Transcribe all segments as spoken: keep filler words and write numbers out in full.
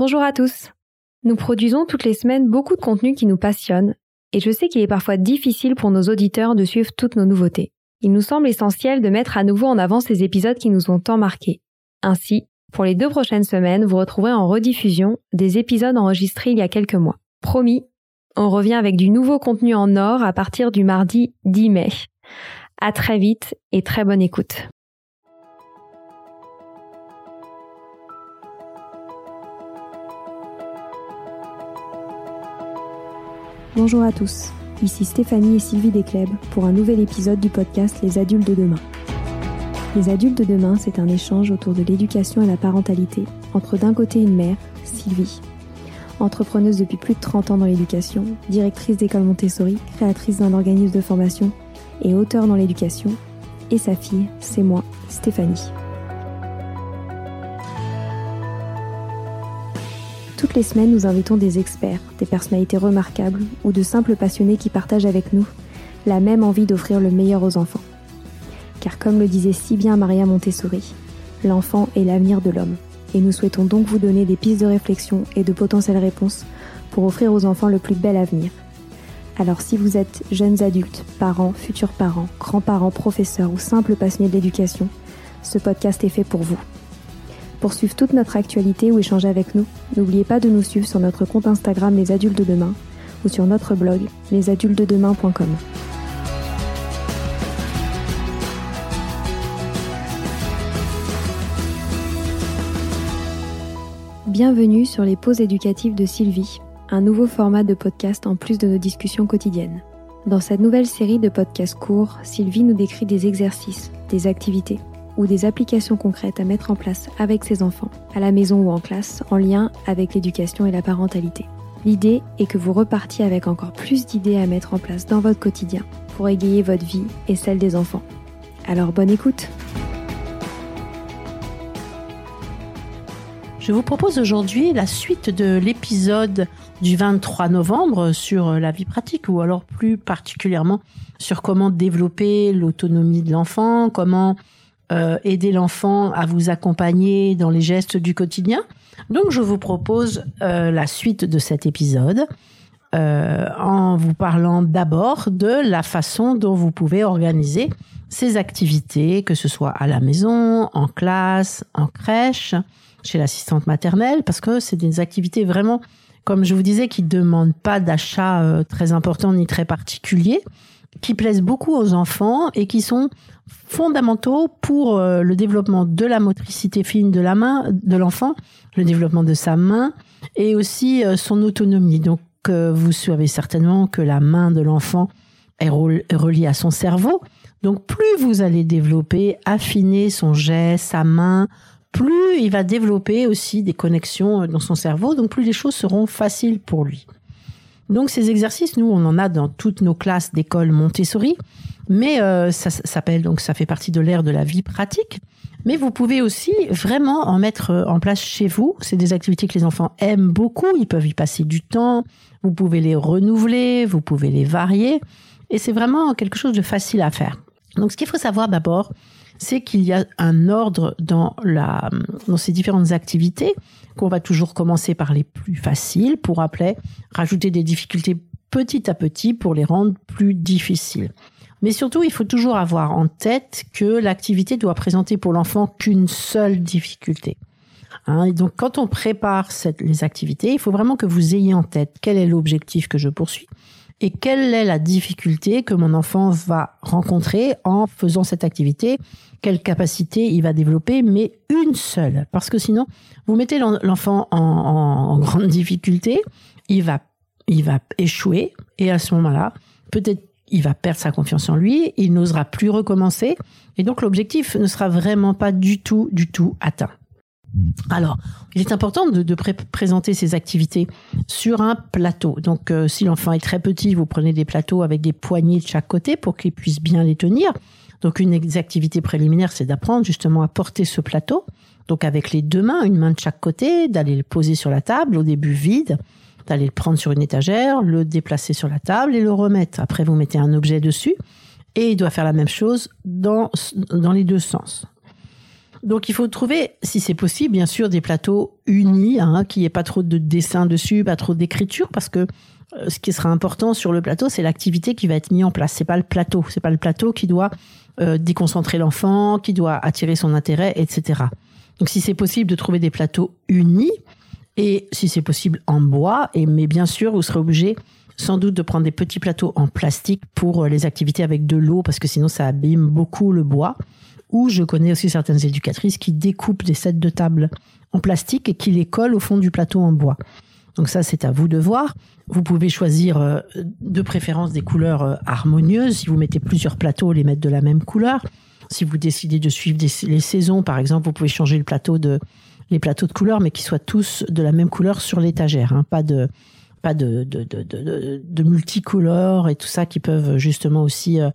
Bonjour à tous. Nous produisons toutes les semaines beaucoup de contenus qui nous passionnent et je sais qu'il est parfois difficile pour nos auditeurs de suivre toutes nos nouveautés. Il nous semble essentiel de mettre à nouveau en avant ces épisodes qui nous ont tant marqués. Ainsi, pour les deux prochaines semaines, vous retrouverez en rediffusion des épisodes enregistrés il y a quelques mois. Promis, on revient avec du nouveau contenu en or à partir du mardi dix mai. À très vite et très bonne écoute. Bonjour à tous, ici Stéphanie et Sylvie Descleb pour un nouvel épisode du podcast Les Adultes de demain. Les Adultes de demain, c'est un échange autour de l'éducation et la parentalité entre d'un côté une mère, Sylvie, entrepreneuse depuis plus de trente ans dans l'éducation, directrice d'école Montessori, créatrice d'un organisme de formation et auteure dans l'éducation, et sa fille, c'est moi, Stéphanie. Toutes les semaines, nous invitons des experts, des personnalités remarquables ou de simples passionnés qui partagent avec nous la même envie d'offrir le meilleur aux enfants. Car comme le disait si bien Maria Montessori, l'enfant est l'avenir de l'homme. Et nous souhaitons donc vous donner des pistes de réflexion et de potentielles réponses pour offrir aux enfants le plus bel avenir. Alors si vous êtes jeunes adultes, parents, futurs parents, grands-parents, professeurs ou simples passionnés de l'éducation, ce podcast est fait pour vous. Pour suivre toute notre actualité ou échanger avec nous, n'oubliez pas de nous suivre sur notre compte Instagram Les Adultes de Demain ou sur notre blog les adultes de demain point com. Bienvenue sur les pauses éducatives de Sylvie, un nouveau format de podcast en plus de nos discussions quotidiennes. Dans cette nouvelle série de podcasts courts, Sylvie nous décrit des exercices, des activités ou des applications concrètes à mettre en place avec ses enfants, à la maison ou en classe, en lien avec l'éducation et la parentalité. L'idée est que vous repartiez avec encore plus d'idées à mettre en place dans votre quotidien pour égayer votre vie et celle des enfants. Alors bonne écoute! Je vous propose aujourd'hui la suite de l'épisode du vingt-trois novembre sur la vie pratique ou alors plus particulièrement sur comment développer l'autonomie de l'enfant, comment euh, aider l'enfant à vous accompagner dans les gestes du quotidien. Donc je vous propose euh, la suite de cet épisode euh, en vous parlant d'abord de la façon dont vous pouvez organiser ces activités, que ce soit à la maison, en classe, en crèche, chez l'assistante maternelle, parce que c'est des activités vraiment, comme je vous disais, qui ne demandent pas d'achat euh, très important ni très particulier, qui plaisent beaucoup aux enfants et qui sont fondamentaux pour euh, le développement de la motricité fine de la main de l'enfant, le développement de sa main et aussi euh, son autonomie. Donc, euh, vous savez certainement que la main de l'enfant est reliée à son cerveau. Donc, plus vous allez développer, affiner son geste, sa main, plus il va développer aussi des connexions dans son cerveau, donc plus les choses seront faciles pour lui. Donc ces exercices, nous, on en a dans toutes nos classes d'école Montessori, mais euh, ça, ça s'appelle donc ça fait partie de l'ère de la vie pratique. Mais vous pouvez aussi vraiment en mettre en place chez vous. C'est des activités que les enfants aiment beaucoup, ils peuvent y passer du temps, vous pouvez les renouveler, vous pouvez les varier, et c'est vraiment quelque chose de facile à faire. Donc ce qu'il faut savoir d'abord, c'est qu'il y a un ordre dans, la, dans ces différentes activités, qu'on va toujours commencer par les plus faciles pour après rajouter des difficultés petit à petit pour les rendre plus difficiles. Mais surtout, il faut toujours avoir en tête que l'activité doit présenter pour l'enfant qu'une seule difficulté. Hein, et donc, quand on prépare cette, les activités, il faut vraiment que vous ayez en tête quel est l'objectif que je poursuis et quelle est la difficulté que mon enfant va rencontrer en faisant cette activité, quelle capacité il va développer, mais une seule. Parce que sinon, vous mettez l'enfant en, en, en grande difficulté, il va, il va échouer, et à ce moment-là, peut-être il va perdre sa confiance en lui, il n'osera plus recommencer, et donc l'objectif ne sera vraiment pas du tout, du tout atteint. Alors, il est important de, de pré- présenter ces activités sur un plateau. Donc, euh, si l'enfant est très petit, vous prenez des plateaux avec des poignées de chaque côté pour qu'il puisse bien les tenir. Donc, une des activités préliminaires, c'est d'apprendre justement à porter ce plateau. Donc, avec les deux mains, une main de chaque côté, d'aller le poser sur la table, au début vide, d'aller le prendre sur une étagère, le déplacer sur la table et le remettre. Après, vous mettez un objet dessus et il doit faire la même chose dans, dans les deux sens. Donc, il faut trouver, si c'est possible, bien sûr, des plateaux unis, hein, qu'il n'y ait pas trop de dessins dessus, pas trop d'écriture, parce que euh, ce qui sera important sur le plateau, c'est l'activité qui va être mise en place. C'est pas le plateau. C'est pas le plateau qui doit euh, déconcentrer l'enfant, qui doit attirer son intérêt, et cetera. Donc, si c'est possible de trouver des plateaux unis, et si c'est possible en bois, et, mais bien sûr, vous serez obligé sans doute de prendre des petits plateaux en plastique pour les activités avec de l'eau, parce que sinon ça abîme beaucoup le bois. Ou je connais aussi certaines éducatrices qui découpent des sets de table en plastique et qui les collent au fond du plateau en bois. Donc ça, c'est à vous de voir. Vous pouvez choisir de préférence des couleurs harmonieuses. Si vous mettez plusieurs plateaux, les mettre de la même couleur. Si vous décidez de suivre des, les saisons, par exemple, vous pouvez changer le plateau de, les plateaux de couleurs, mais qui soient tous de la même couleur sur l'étagère. Hein. Pas de, pas de, de, de, de, de multicolores et tout ça qui peuvent justement aussi euh,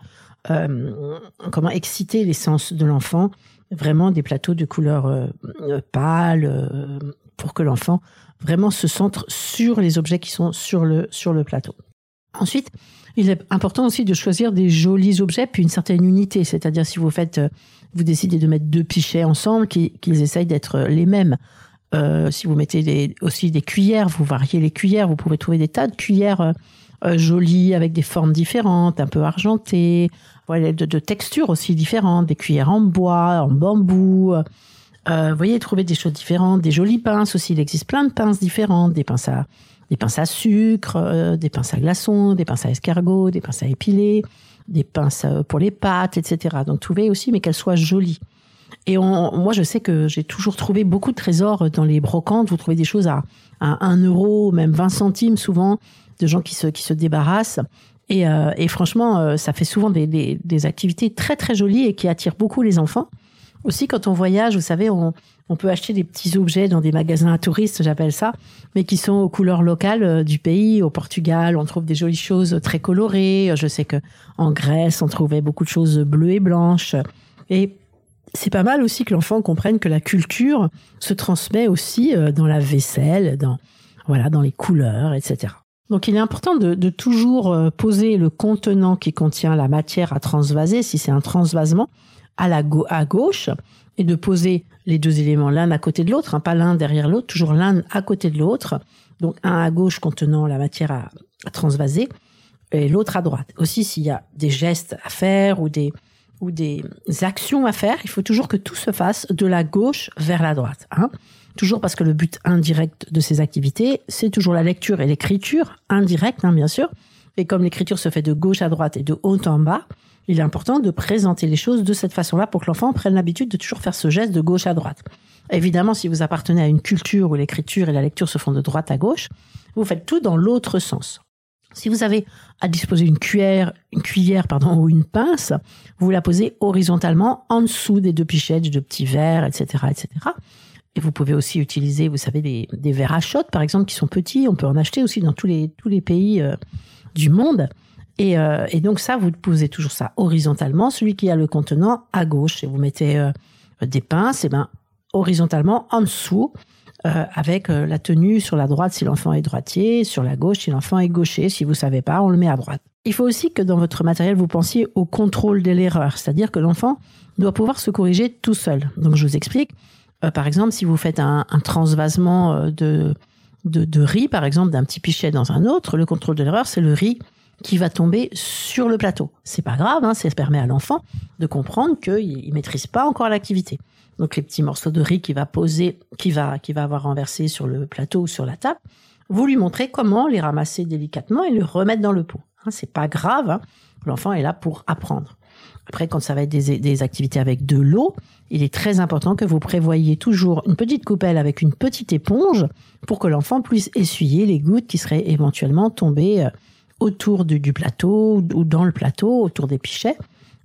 euh, comment exciter les sens de l'enfant. Vraiment des plateaux de couleurs euh, pâles euh, pour que l'enfant vraiment se centre sur les objets qui sont sur le, sur le plateau. Ensuite, il est important aussi de choisir des jolis objets puis une certaine unité. C'est-à-dire si vous faites, vous décidez de mettre deux pichets ensemble, qu'ils, qu'ils essayent d'être les mêmes. Euh, si vous mettez des, aussi des cuillères, vous variez les cuillères. Vous pouvez trouver des tas de cuillères euh, jolies avec des formes différentes, un peu argentées, voilà, de, de textures aussi différentes. Des cuillères en bois, en bambou. Euh, vous voyez, trouver des choses différentes, des jolies pinces aussi. Il existe plein de pinces différentes, des pinces à des pinces à sucre, euh, des pinces à glaçons, des pinces à escargot, des pinces à épiler, des pinces pour les pâtes, et cetera. Donc, trouvez aussi, mais qu'elles soient jolies. Et on, moi, je sais que j'ai toujours trouvé beaucoup de trésors dans les brocantes. Vous trouvez des choses à, à un euro, même vingt centimes souvent, de gens qui se, qui se débarrassent. Et, euh, et franchement, euh, ça fait souvent des, des, des activités très, très jolies et qui attirent beaucoup les enfants. Aussi, quand on voyage, vous savez, on, on peut acheter des petits objets dans des magasins à touristes, j'appelle ça, mais qui sont aux couleurs locales du pays. Au Portugal, on trouve des jolies choses très colorées. Je sais que en Grèce, on trouvait beaucoup de choses bleues et blanches. Et c'est pas mal aussi que l'enfant comprenne que la culture se transmet aussi dans la vaisselle, dans, voilà, dans les couleurs, et cetera. Donc, il est important de, de toujours poser le contenant qui contient la matière à transvaser, si c'est un transvasement, à la go- à gauche, et de poser les deux éléments l'un à côté de l'autre, hein, pas l'un derrière l'autre, toujours l'un à côté de l'autre. Donc, un à gauche contenant la matière à, à transvaser, et l'autre à droite. Aussi, s'il y a des gestes à faire ou des, ou des actions à faire, il faut toujours que tout se fasse de la gauche vers la droite. Hein. Toujours parce que le but indirect de ces activités, c'est toujours la lecture et l'écriture, indirecte, hein, bien sûr. Et comme l'écriture se fait de gauche à droite et de haut en bas, il est important de présenter les choses de cette façon-là pour que l'enfant prenne l'habitude de toujours faire ce geste de gauche à droite. Évidemment, si vous appartenez à une culture où l'écriture et la lecture se font de droite à gauche, vous faites tout dans l'autre sens. Si vous avez à disposer une cuillère, une cuillère pardon, ou une pince, vous la posez horizontalement en dessous des deux pichettes, des deux petits verres, et cetera, et cetera. Et vous pouvez aussi utiliser, vous savez, des, des verres à shot, par exemple, qui sont petits. On peut en acheter aussi dans tous les, tous les pays euh, du monde. Et, euh, et donc ça, vous posez toujours ça horizontalement, celui qui a le contenant à gauche. Et vous mettez euh, des pinces, et ben horizontalement en dessous, euh, avec euh, la tenue sur la droite si l'enfant est droitier, sur la gauche si l'enfant est gaucher. Si vous savez pas, on le met à droite. Il faut aussi que dans votre matériel, vous pensiez au contrôle de l'erreur, c'est-à-dire que l'enfant doit pouvoir se corriger tout seul. Donc je vous explique. Euh, par exemple, si vous faites un, un transvasement de, de, de riz, par exemple, d'un petit pichet dans un autre, le contrôle de l'erreur, c'est le riz qui va tomber sur le plateau. C'est pas grave, hein, ça permet à l'enfant de comprendre qu'il ne maîtrise pas encore l'activité. Donc les petits morceaux de riz qu'il va poser, qu'il va, qu'il va avoir renversé sur le plateau ou sur la table, vous lui montrez comment les ramasser délicatement et les remettre dans le pot. Hein, c'est pas grave, hein, l'enfant est là pour apprendre. Après, quand ça va être des, des activités avec de l'eau, il est très important que vous prévoyiez toujours une petite coupelle avec une petite éponge pour que l'enfant puisse essuyer les gouttes qui seraient éventuellement tombées autour du, du plateau ou dans le plateau, autour des pichets,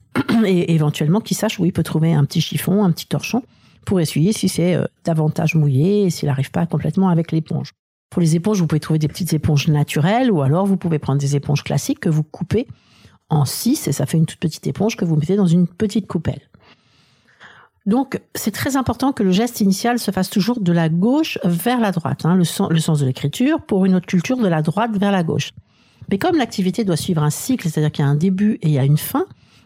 et éventuellement qu'il sache où il peut trouver un petit chiffon, un petit torchon pour essuyer si c'est euh, davantage mouillé et s'il n'arrive pas complètement avec l'éponge. Pour les éponges, vous pouvez trouver des petites éponges naturelles ou alors vous pouvez prendre des éponges classiques que vous coupez en six et ça fait une toute petite éponge que vous mettez dans une petite coupelle. Donc, c'est très important que le geste initial se fasse toujours de la gauche vers la droite, hein, le, sens, le sens de l'écriture, pour une autre culture, de la droite vers la gauche. Mais comme l'activité doit suivre un cycle, c'est-à-dire qu'il y a un début et il y a une fin,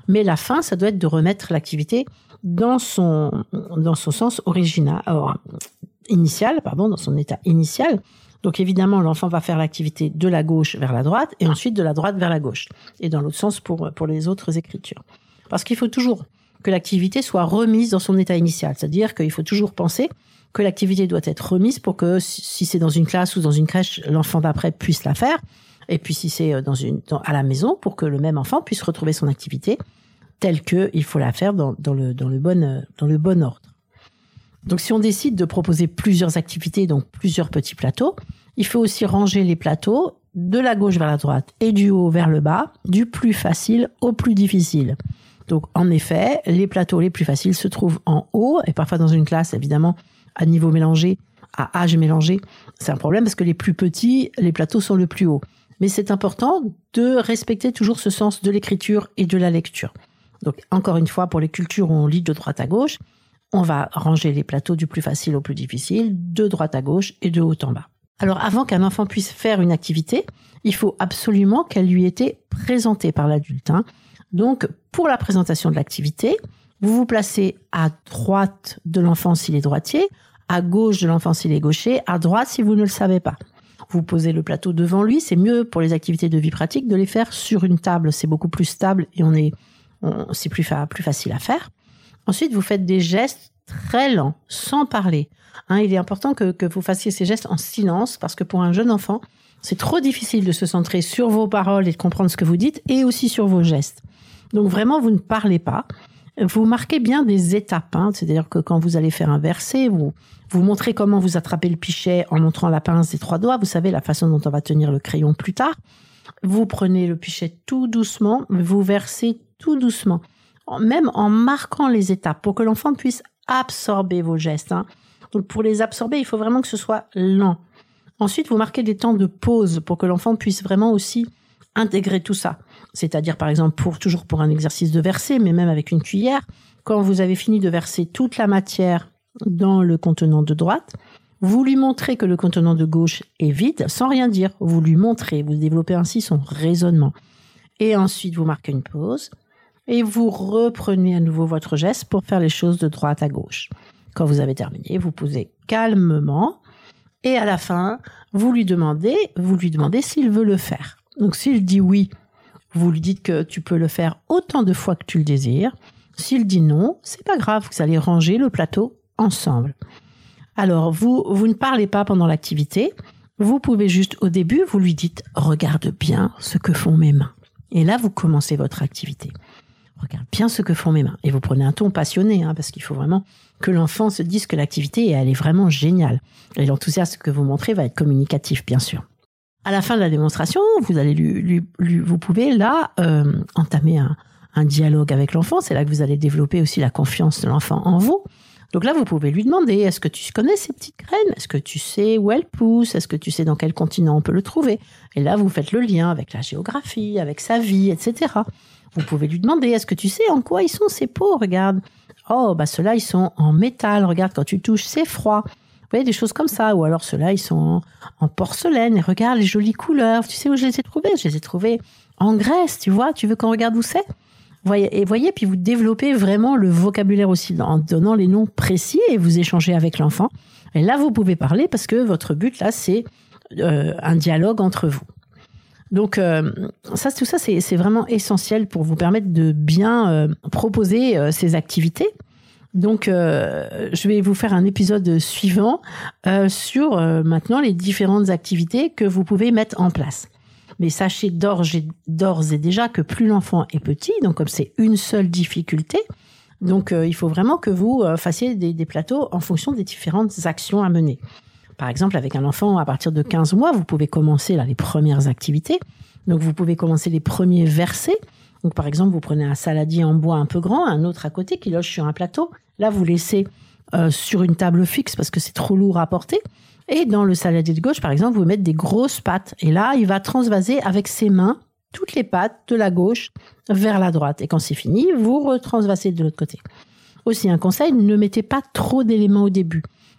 Mais la fin, ça doit être de remettre l'activité dans son, dans son sens original, euh, initial, pardon, dans son état initial. Donc évidemment, l'enfant va faire l'activité de la gauche vers la droite et ensuite de la droite vers la gauche. Et dans l'autre sens pour, pour les autres écritures. Parce qu'il faut toujours que l'activité soit remise dans son état initial. C'est-à-dire qu'il faut toujours penser que l'activité doit être remise pour que si c'est dans une classe ou dans une crèche, l'enfant d'après puisse la faire. Et puis si c'est dans une, dans, à la maison, pour que le même enfant puisse retrouver son activité telle qu'il faut la faire dans, dans, le, dans, le bon, dans le bon ordre. Donc si on décide de proposer plusieurs activités, donc plusieurs petits plateaux, il faut aussi ranger les plateaux de la gauche vers la droite et du haut vers le bas, du plus facile au plus difficile. Donc en effet, les plateaux les plus faciles se trouvent en haut, et parfois dans une classe, évidemment, à niveau mélangé, à âge mélangé, c'est un problème parce que les plus petits, les plateaux sont le plus haut. Mais c'est important de respecter toujours ce sens de l'écriture et de la lecture. Donc encore une fois, pour les cultures où on lit de droite à gauche, on va ranger les plateaux du plus facile au plus difficile, de droite à gauche et de haut en bas. Alors avant qu'un enfant puisse faire une activité, il faut absolument qu'elle lui ait été présentée par l'adulte. Hein. Donc pour la présentation de l'activité, vous vous placez à droite de l'enfant s'il est droitier, à gauche de l'enfant s'il est gaucher, à droite si vous ne le savez pas. Vous posez le plateau devant lui, c'est mieux pour les activités de vie pratique de les faire sur une table, c'est beaucoup plus stable et on est, on, c'est plus, fa- plus facile à faire. Ensuite, vous faites des gestes très lents, sans parler. Hein, il est important que, que vous fassiez ces gestes en silence, parce que pour un jeune enfant, c'est trop difficile de se centrer sur vos paroles et de comprendre ce que vous dites, et aussi sur vos gestes. Donc vraiment, vous ne parlez pas. Vous marquez bien des étapes. Hein, c'est-à-dire que quand vous allez faire un verset, vous, vous montrez comment vous attrapez le pichet en montrant la pince des trois doigts. Vous savez, la façon dont on va tenir le crayon plus tard. Vous prenez le pichet tout doucement, vous versez tout doucement. Même en marquant les étapes pour que l'enfant puisse absorber vos gestes. Hein. Donc pour les absorber, il faut vraiment que ce soit lent. Ensuite, vous marquez des temps de pause pour que l'enfant puisse vraiment aussi intégrer tout ça. C'est-à-dire, par exemple, pour toujours pour un exercice de verser, mais même avec une cuillère, quand vous avez fini de verser toute la matière dans le contenant de droite, vous lui montrez que le contenant de gauche est vide sans rien dire. Vous lui montrez, vous développez ainsi son raisonnement. Et ensuite, vous marquez une pause. Et vous reprenez à nouveau votre geste pour faire les choses de droite à gauche. Quand vous avez terminé, vous posez calmement et à la fin, vous lui demandez, vous lui demandez s'il veut le faire. Donc s'il dit oui, vous lui dites que tu peux le faire autant de fois que tu le désires. S'il dit non, c'est pas grave, vous allez ranger le plateau ensemble. Alors vous, vous ne parlez pas pendant l'activité, vous pouvez juste au début, vous lui dites « Regarde bien ce que font mes mains ». Et là, vous commencez votre activité. Regarde bien ce que font mes mains. Et vous prenez un ton passionné, hein, parce qu'il faut vraiment que l'enfant se dise que l'activité, elle est vraiment géniale. Et l'enthousiasme que vous montrez va être communicatif, bien sûr. À la fin de la démonstration, vous allez lui, lui, lui vous pouvez là euh, entamer un, un dialogue avec l'enfant. C'est là que vous allez développer aussi la confiance de l'enfant en vous. Donc là, vous pouvez lui demander, est-ce que tu connais ces petites graines? Est-ce que tu sais où elles poussent? Est-ce que tu sais dans quel continent on peut le trouver? Et là, vous faites le lien avec la géographie, avec sa vie, et cetera. Vous pouvez lui demander, est-ce que tu sais en quoi ils sont ces pots? Regarde. Oh, bah ceux-là, ils sont en métal. Regarde, quand tu touches, c'est froid. Vous voyez, des choses comme ça. Ou alors ceux-là, ils sont en, en porcelaine. Et regarde les jolies couleurs. Tu sais où je les ai trouvées? Je les ai trouvées en Grèce, tu vois. Tu veux qu'on regarde où c'est? Voyez, et voyez, puis vous développez vraiment le vocabulaire aussi en donnant les noms précis et vous échangez avec l'enfant. Et là, vous pouvez parler parce que votre but, là, c'est euh, un dialogue entre vous. Donc, euh, ça, tout ça, c'est, c'est vraiment essentiel pour vous permettre de bien euh, proposer euh, ces activités. Donc, euh, je vais vous faire un épisode suivant euh, sur euh, maintenant les différentes activités que vous pouvez mettre en place. Mais sachez d'ores et, d'ores et déjà que plus l'enfant est petit, donc comme c'est une seule difficulté, donc euh, il faut vraiment que vous euh, fassiez des, des plateaux en fonction des différentes actions à mener. Par exemple, avec un enfant à partir de quinze mois, vous pouvez commencer là, les premières activités. Donc vous pouvez commencer les premiers versets. Donc par exemple, vous prenez un saladier en bois un peu grand, un autre à côté qui loge sur un plateau. Là, vous laissez euh, sur une table fixe parce que c'est trop lourd à porter. Et dans le saladier de gauche, par exemple, vous mettez des grosses pattes. Et là, il va transvaser avec ses mains toutes les pattes de la gauche vers la droite. Et quand c'est fini, vous retransvasez de l'autre côté. Aussi, un conseil, ne mettez pas trop d'éléments au début.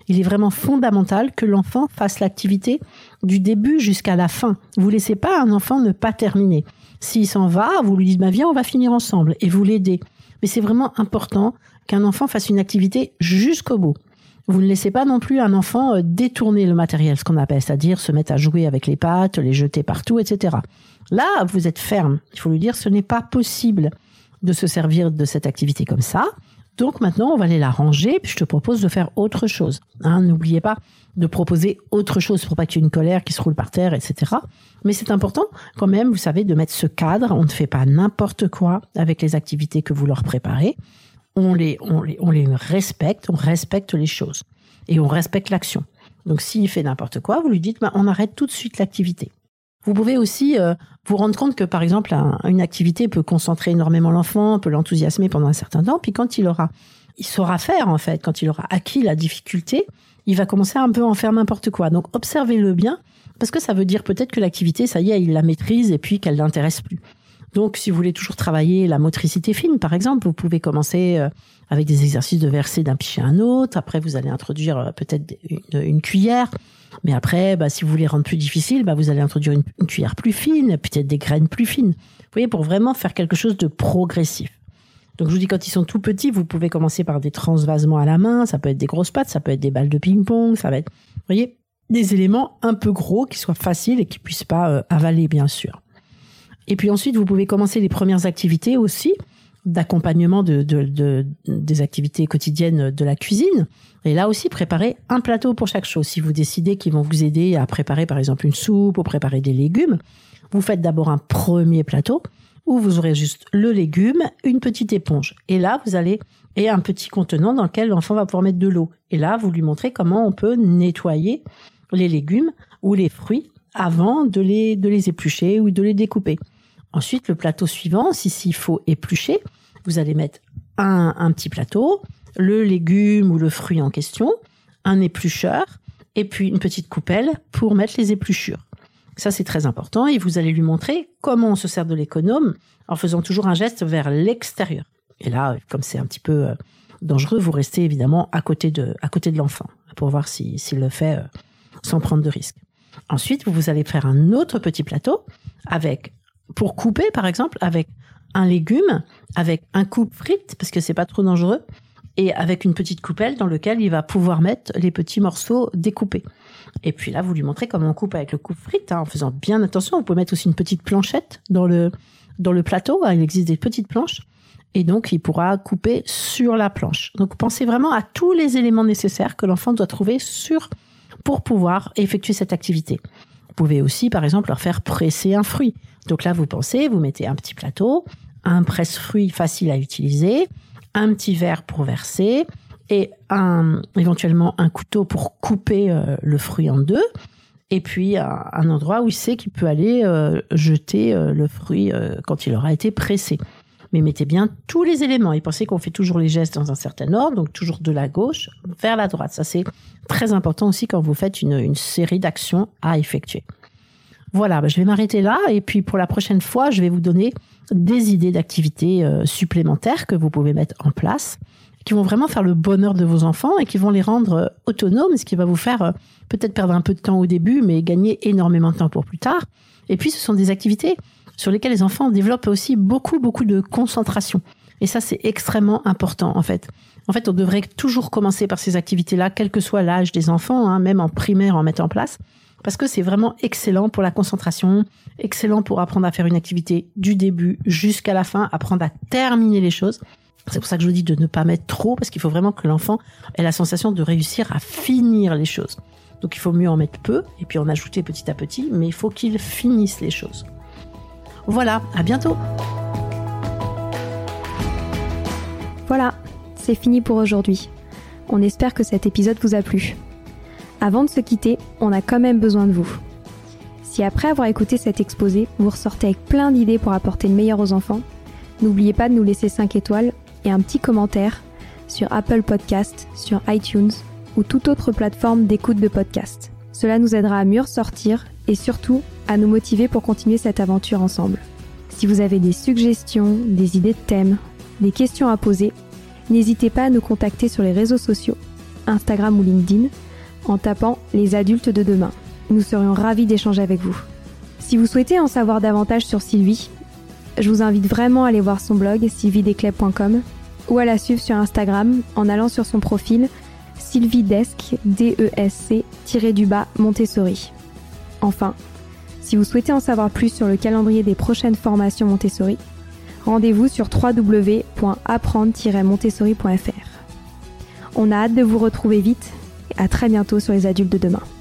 Il est vraiment fondamental que l'enfant fasse l'activité du début jusqu'à la fin. Vous laissez pas un enfant ne pas terminer. S'il s'en va, vous lui dites bah, « viens, on va finir ensemble » et vous l'aidez. Mais c'est vraiment important qu'un enfant fasse une activité jusqu'au bout. Vous ne laissez pas non plus un enfant détourner le matériel, ce qu'on appelle, c'est-à-dire se mettre à jouer avec les pattes, les jeter partout, et cetera. Là, vous êtes ferme. Il faut lui dire ce n'est pas possible de se servir de cette activité comme ça. Donc maintenant, on va aller la ranger, puis je te propose de faire autre chose. Hein, n'oubliez pas de proposer autre chose pour pas qu'il y ait une colère qui se roule par terre, et cetera. Mais c'est important quand même, vous savez, de mettre ce cadre. On ne fait pas n'importe quoi avec les activités que vous leur préparez. On les, on les, on les respecte, on respecte les choses. Et on respecte l'action. Donc s'il fait n'importe quoi, vous lui dites, bah, on arrête tout de suite l'activité. Vous pouvez aussi euh, vous rendre compte que, par exemple, un, une activité peut concentrer énormément l'enfant, peut l'enthousiasmer pendant un certain temps, puis quand il aura, il saura faire, en fait, quand il aura acquis la difficulté, il va commencer à un peu en faire n'importe quoi. Donc, observez-le bien, parce que ça veut dire peut-être que l'activité, ça y est, il la maîtrise et puis qu'elle ne l'intéresse plus. Donc, si vous voulez toujours travailler la motricité fine, par exemple, vous pouvez commencer euh, avec des exercices de verser d'un pichet à un autre. Après, vous allez introduire euh, peut-être une, une cuillère. Mais après, bah, si vous voulez rendre plus difficile, bah, vous allez introduire une, une cuillère plus fine, peut-être des graines plus fines. Vous voyez, pour vraiment faire quelque chose de progressif. Donc, je vous dis, quand ils sont tout petits, vous pouvez commencer par des transvasements à la main. Ça peut être des grosses pattes, ça peut être des balles de ping-pong, ça va être, vous voyez, des éléments un peu gros qui soient faciles et qui puissent pas euh, avaler, bien sûr. Et puis ensuite, vous pouvez commencer les premières activités aussi d'accompagnement de, de, de, des activités quotidiennes de la cuisine. Et là aussi, préparer un plateau pour chaque chose. Si vous décidez qu'ils vont vous aider à préparer, par exemple, une soupe ou préparer des légumes, vous faites d'abord un premier plateau où vous aurez juste le légume, une petite éponge. Et là, vous allez, et un petit contenant dans lequel l'enfant va pouvoir mettre de l'eau. Et là, vous lui montrez comment on peut nettoyer les légumes ou les fruits avant de les, de les éplucher ou de les découper. Ensuite, le plateau suivant, si s'il faut éplucher, vous allez mettre un, un petit plateau, le légume ou le fruit en question, un éplucheur et puis une petite coupelle pour mettre les épluchures. Ça, c'est très important et vous allez lui montrer comment on se sert de l'économe en faisant toujours un geste vers l'extérieur. Et là, comme c'est un petit peu dangereux, vous restez évidemment à côté de, à côté de l'enfant pour voir si, s'il le fait sans prendre de risque. Ensuite, vous allez faire un autre petit plateau avec, pour couper par exemple, avec un légume, avec un coupe-frites, parce que c'est pas trop dangereux, et avec une petite coupelle dans laquelle il va pouvoir mettre les petits morceaux découpés. Et puis là, vous lui montrez comment on coupe avec le coupe-frites, hein, en faisant bien attention. Vous pouvez mettre aussi une petite planchette dans le, dans le plateau. Il existe des petites planches. Et donc, il pourra couper sur la planche. Donc, pensez vraiment à tous les éléments nécessaires que l'enfant doit trouver sur, pour pouvoir effectuer cette activité. Vous pouvez aussi, par exemple, leur faire presser un fruit. Donc là, vous pensez, vous mettez un petit plateau, un presse-fruit facile à utiliser, un petit verre pour verser et un, éventuellement un couteau pour couper euh, le fruit en deux. Et puis, un, un endroit où il sait qu'il peut aller euh, jeter euh, le fruit euh, quand il aura été pressé. Mais mettez bien tous les éléments. Et pensez qu'on fait toujours les gestes dans un certain ordre, donc toujours de la gauche vers la droite. Ça, c'est très important aussi quand vous faites une, une série d'actions à effectuer. Voilà, ben je vais m'arrêter là. Et puis, pour la prochaine fois, je vais vous donner des idées d'activités euh, supplémentaires que vous pouvez mettre en place, qui vont vraiment faire le bonheur de vos enfants et qui vont les rendre euh, autonomes, ce qui va vous faire euh, peut-être perdre un peu de temps au début, mais gagner énormément de temps pour plus tard. Et puis, ce sont des activités sur lesquelles les enfants développent aussi beaucoup, beaucoup de concentration. Et ça, c'est extrêmement important, en fait. En fait, on devrait toujours commencer par ces activités-là, quel que soit l'âge des enfants, hein, même en primaire, en mettre en place, parce que c'est vraiment excellent pour la concentration, excellent pour apprendre à faire une activité du début jusqu'à la fin, apprendre à terminer les choses. C'est pour ça que je vous dis de ne pas mettre trop, parce qu'il faut vraiment que l'enfant ait la sensation de réussir à finir les choses. Donc, il faut mieux en mettre peu, et puis en ajouter petit à petit, mais il faut qu'il finisse les choses. Voilà, à bientôt. Voilà, c'est fini pour aujourd'hui. On espère que cet épisode vous a plu. Avant de se quitter, on a quand même besoin de vous. Si après avoir écouté cet exposé, vous ressortez avec plein d'idées pour apporter le meilleur aux enfants, n'oubliez pas de nous laisser cinq étoiles et un petit commentaire sur Apple Podcasts, sur iTunes ou toute autre plateforme d'écoute de podcast. Cela nous aidera à mieux ressortir et surtout à nous motiver pour continuer cette aventure ensemble. Si vous avez des suggestions, des idées de thèmes, des questions à poser, n'hésitez pas à nous contacter sur les réseaux sociaux Instagram ou LinkedIn en tapant « Les adultes de demain ». Nous serions ravis d'échanger avec vous. Si vous souhaitez en savoir davantage sur Sylvie, je vous invite vraiment à aller voir son blog sylvie desclèves point com ou à la suivre sur Instagram en allant sur son profil sylviedesc, D E S C, tiré du bas, Montessori. Enfin, si vous souhaitez en savoir plus sur le calendrier des prochaines formations Montessori, rendez-vous sur w w w point apprendre tiret montessori point f r. On a hâte de vous retrouver vite et à très bientôt sur Les Adultes de demain.